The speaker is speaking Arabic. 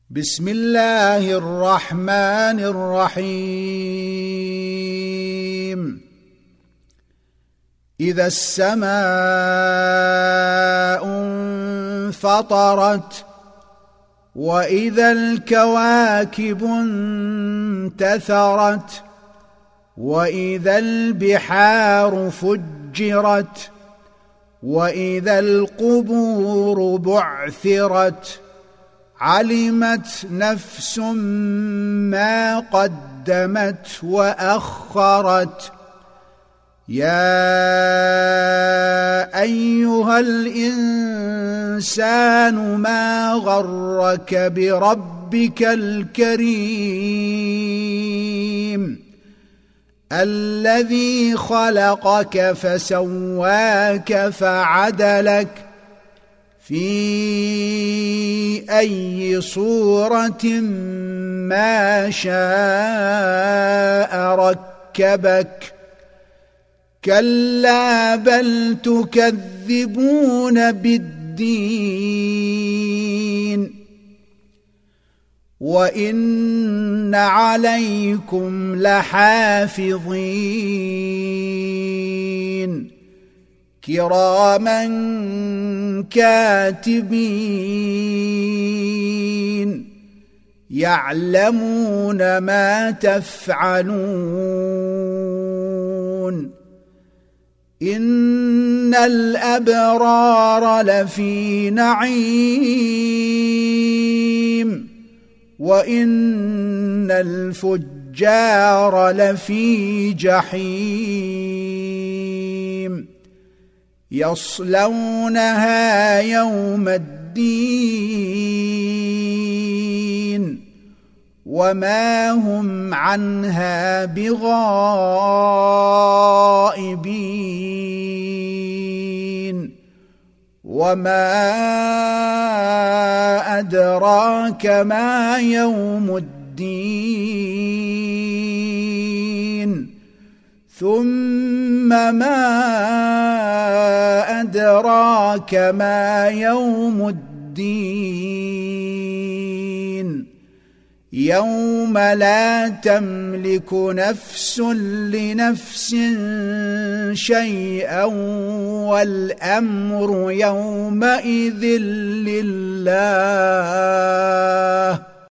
بسم الله الرحمن الرحيم. إذا السماء انفطرت وإذا الكواكب انتثرت وإذا البحار فجرت وإذا القبور بعثرت علمت نفس ما قدمت وأخرت. يا أيها الإنسان ما غرك بربك الكريم الذي خلقك فسواك فعدلك في أي صورة ما شاء ركبك. كلا بل تكذبون بالدين وإن عليكم لحافظين كراما كاتبين يعلمون ما تفعلون. إن الأبرار لفي نعيم وإن الفجار لفي جحيم يصلونها يوم الدين وما هم عنها بغائبين. وما أدراك ما يوم الدين ثم ما أدراك ما يوم الدين يوم لا تملك نفس لنفس شيئا والأمر يومئذ لله.